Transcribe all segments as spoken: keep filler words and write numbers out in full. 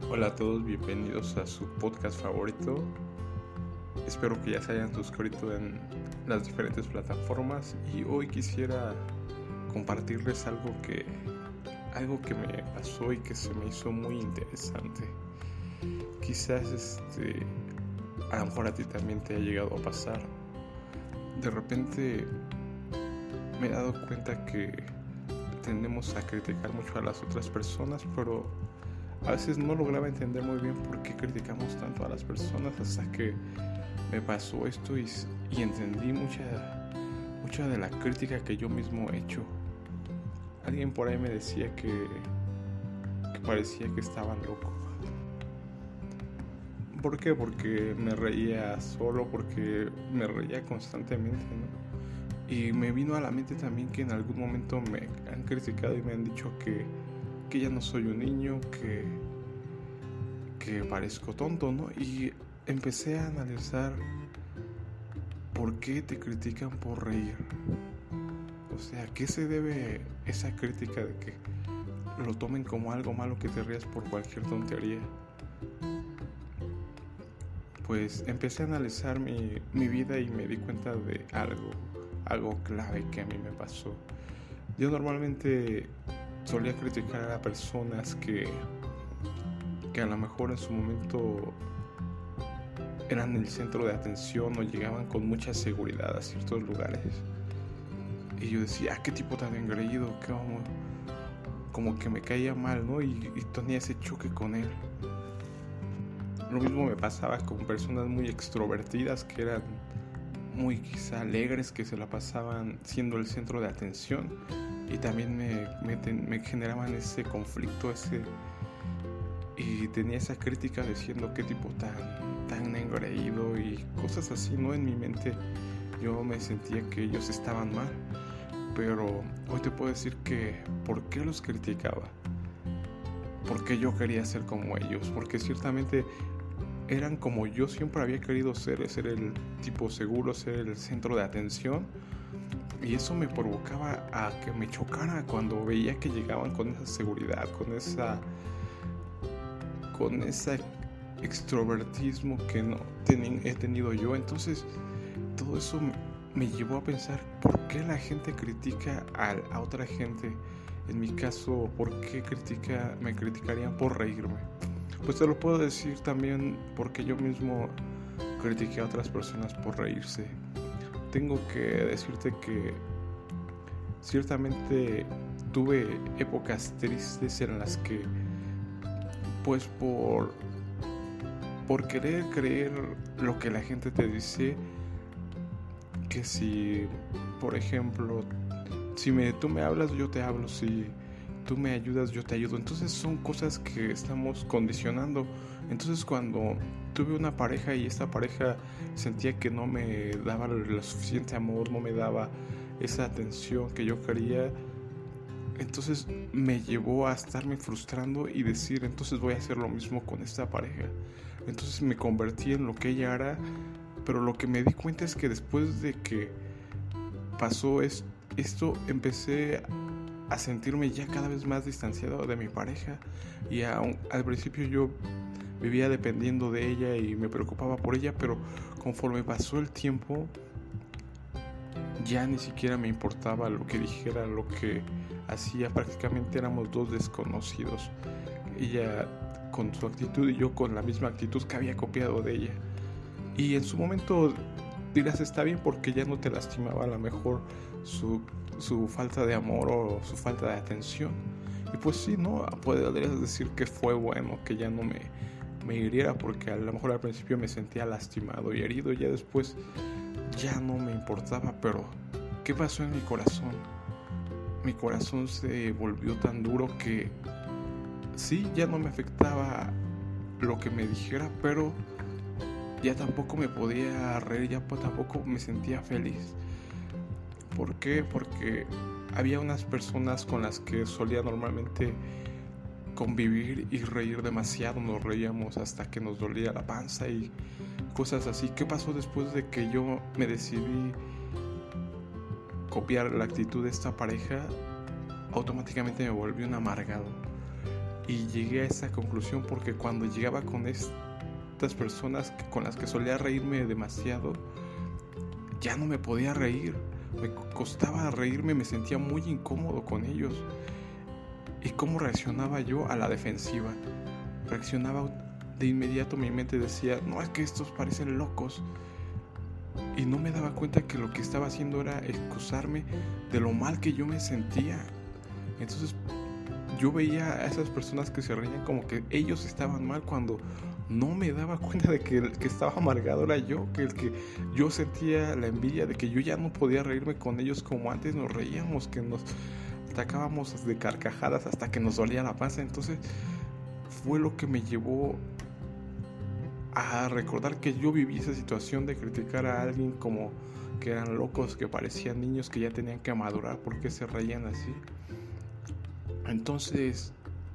Hola a todos, bienvenidos a su podcast favorito. Espero que ya se hayan suscrito en las diferentes plataformas y hoy quisiera compartirles algo que algo que me pasó y que se me hizo muy interesante. Quizás este a lo mejor a ti también te ha llegado a pasar. De repente me he dado cuenta que tendemos a criticar mucho a las otras personas, pero a veces no lograba entender muy bien por qué criticamos tanto a las personas hasta que me pasó esto y, y entendí mucha, mucha de la crítica que yo mismo he hecho. Alguien por ahí me decía que, que parecía que estaba loco. ¿Por qué? Porque me reía solo, porque me reía constantemente, ¿no? Y me vino a la mente también que en algún momento me han criticado y me han dicho que que ya no soy un niño, que, que parezco tonto, ¿no? Y empecé a analizar por qué te critican por reír. O sea, ¿a qué se debe esa crítica de que lo tomen como algo malo que te rías por cualquier tontería? Pues empecé a analizar mi, mi vida y me di cuenta de algo, algo clave que a mí me pasó. Yo normalmente solía criticar a personas que, que a lo mejor en su momento eran el centro de atención o llegaban con mucha seguridad a ciertos lugares. Y yo decía, ah, qué tipo tan engreído, que como, como que me caía mal, ¿no? Y, y tenía ese choque con él. Lo mismo me pasaba con personas muy extrovertidas que eran muy quizá alegres, que se la pasaban siendo el centro de atención. Y también me, me, me generaban ese conflicto, ese y tenía esa crítica diciendo qué tipo tan, tan engreído y cosas así, ¿no? En mi mente yo me sentía que ellos estaban mal, pero hoy te puedo decir que ¿por qué los criticaba? Porque yo quería ser como ellos, porque ciertamente eran como yo siempre había querido ser, ser el tipo seguro, ser el centro de atención. Y eso me provocaba a que me chocara cuando veía que llegaban con esa seguridad, con esa con ese extrovertismo que no ten, he tenido yo. Entonces todo eso me llevó a pensar por qué la gente critica a, a otra gente. En mi caso, ¿por qué critica, me criticarían por reírme? Pues te lo puedo decir también porque yo mismo critiqué a otras personas por reírse. Tengo que decirte que ciertamente tuve épocas tristes en las que, pues por, por querer creer lo que la gente te dice, que si, por ejemplo, si me, tú me hablas, yo te hablo, si tú me ayudas, yo te ayudo. Entonces son cosas que estamos condicionando. Entonces cuando tuve una pareja y esta pareja sentía que no me daba lo suficiente amor, no me daba esa atención que yo quería, entonces me llevó a estarme frustrando y decir, entonces voy a hacer lo mismo con esta pareja. Entonces me convertí en lo que ella era, pero lo que me di cuenta es que después de que pasó es, esto, empecé a sentirme ya cada vez más distanciado de mi pareja y a, al principio yo vivía dependiendo de ella y me preocupaba por ella, pero conforme pasó el tiempo ya ni siquiera me importaba lo que dijera, lo que hacía. Prácticamente éramos dos desconocidos, ella con su actitud y yo con la misma actitud que había copiado de ella. Y en su momento dirás, está bien porque ya no te lastimaba a lo mejor su, su falta de amor o su falta de atención. Y pues sí, ¿no? Podrías decir que fue bueno que ya no me, me hiriera, porque a lo mejor al principio me sentía lastimado y herido, ya después ya no me importaba. Pero ¿qué pasó en mi corazón? Mi corazón se volvió tan duro que sí, ya no me afectaba lo que me dijera, pero ya tampoco me podía reír, ya tampoco me sentía feliz. ¿Por qué? Porque había unas personas con las que solía normalmente convivir y reír demasiado. Nos reíamos hasta que nos dolía la panza y cosas así. ¿Qué pasó después de que yo me decidí copiar la actitud de esta pareja? Automáticamente me volví un amargado. Y llegué a esa conclusión porque cuando llegaba con estas personas con las que solía reírme demasiado, ya no me podía reír. Me costaba reírme, me sentía muy incómodo con ellos. ¿Y cómo reaccionaba yo? A la defensiva. Reaccionaba de inmediato, mi mente decía, no, es que estos parecen locos. Y no me daba cuenta que lo que estaba haciendo era excusarme de lo mal que yo me sentía. Entonces yo veía a esas personas que se reían como que ellos estaban mal, cuando no me daba cuenta de que el que estaba amargado era yo, que el que yo sentía la envidia de que yo ya no podía reírme con ellos como antes nos reíamos, que nos atacábamos de carcajadas hasta que nos dolía la panza. Entonces fue lo que me llevó a recordar que yo viví esa situación de criticar a alguien como que eran locos, que parecían niños que ya tenían que madurar, porque se reían así. Entonces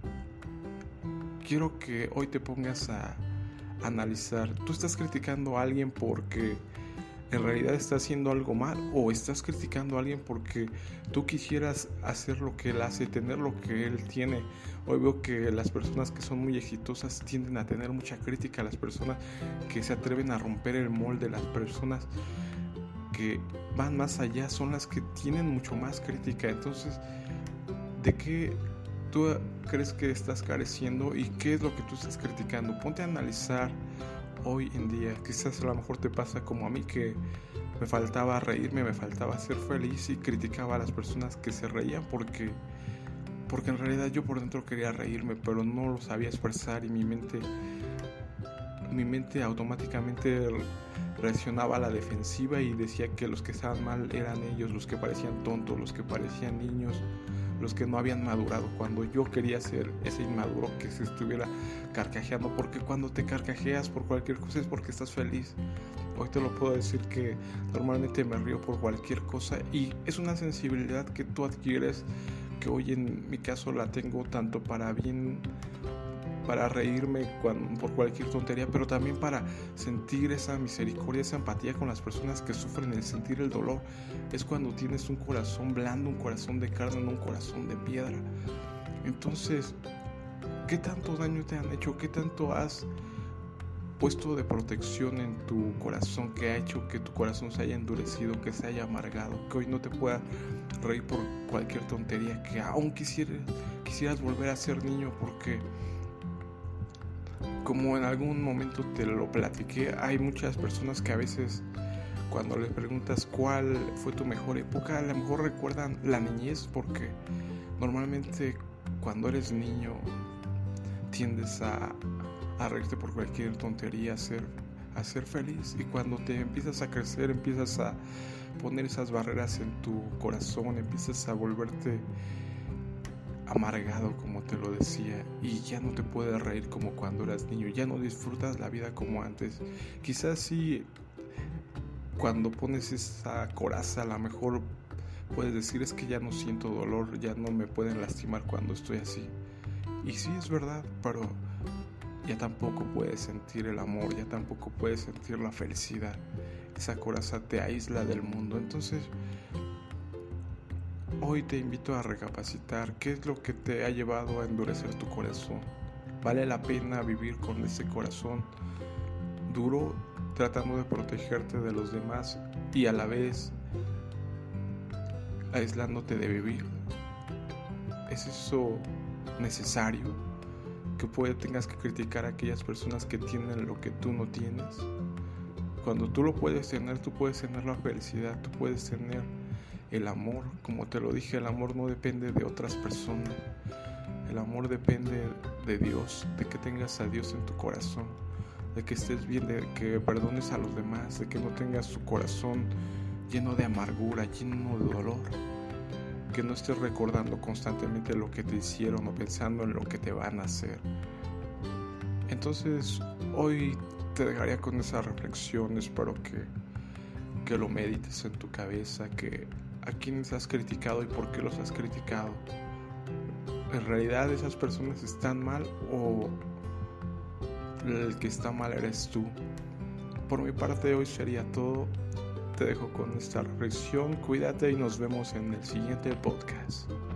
quiero que hoy te pongas a analizar, ¿tú estás criticando a alguien porque en realidad está haciendo algo mal, o estás criticando a alguien porque tú quisieras hacer lo que él hace, tener lo que él tiene? Hoy veo que las personas que son muy exitosas tienden a tener mucha crítica. Las personas que se atreven a romper el molde, las personas que van más allá, son las que tienen mucho más crítica. Entonces, ¿de qué tú crees que estás careciendo y qué es lo que tú estás criticando? Ponte a analizar hoy en día. Quizás a lo mejor te pasa como a mí, que me faltaba reírme, me faltaba ser feliz y criticaba a las personas que se reían porque, porque en realidad yo por dentro quería reírme, pero no lo sabía expresar, y mi mente, mi mente automáticamente reaccionaba a la defensiva y decía que los que estaban mal eran ellos, los que parecían tontos, los que parecían niños, los que no habían madurado, cuando yo quería ser ese inmaduro que se estuviera carcajeando, porque cuando te carcajeas por cualquier cosa es porque estás feliz. Hoy te lo puedo decir que normalmente me río por cualquier cosa, y es una sensibilidad que tú adquieres, que hoy en mi caso la tengo tanto para bien, para reírme cuando, por cualquier tontería, pero también para sentir esa misericordia, esa empatía con las personas que sufren, el sentir el dolor. Es cuando tienes un corazón blando, un corazón de carne, no un corazón de piedra. Entonces, ¿qué tanto daño te han hecho? ¿Qué tanto has puesto de protección en tu corazón que ha hecho que tu corazón se haya endurecido, que se haya amargado, que hoy no te pueda reír por cualquier tontería, que aún quisieras, quisieras volver a ser niño? Porque, como en algún momento te lo platiqué, hay muchas personas que a veces cuando les preguntas cuál fue tu mejor época, a lo mejor recuerdan la niñez, porque normalmente cuando eres niño tiendes a, a reírte por cualquier tontería, a ser, a ser feliz, y cuando te empiezas a crecer, empiezas a poner esas barreras en tu corazón, empiezas a volverte amargado, como te lo decía, y ya no te puedes reír como cuando eras niño, ya no disfrutas la vida como antes. Quizás sí, cuando pones esa coraza, a lo mejor puedes decir, es que ya no siento dolor, ya no me pueden lastimar cuando estoy así. Y sí, es verdad, pero ya tampoco puedes sentir el amor, ya tampoco puedes sentir la felicidad. Esa coraza te aísla del mundo. Entonces, hoy te invito a recapacitar qué es lo que te ha llevado a endurecer tu corazón. ¿Vale la pena vivir con ese corazón duro, tratando de protegerte de los demás y a la vez aislándote de vivir? ¿Es eso necesario? Que puede, tengas que criticar a aquellas personas que tienen lo que tú no tienes. Cuando tú lo puedes tener, tú puedes tener la felicidad, tú puedes tener el amor. Como te lo dije, el amor no depende de otras personas. El amor depende de Dios, de que tengas a Dios en tu corazón, de que estés bien, de que perdones a los demás, de que no tengas tu corazón lleno de amargura, lleno de dolor, que no estés recordando constantemente lo que te hicieron o pensando en lo que te van a hacer. Entonces, hoy te dejaría con esa reflexión. Espero que, que lo medites en tu cabeza, que a quienes has criticado y por qué los has criticado. ¿En realidad esas personas están mal o el que está mal eres tú? Por mi parte, hoy sería todo. Te dejo con esta reflexión. Cuídate y nos vemos en el siguiente podcast.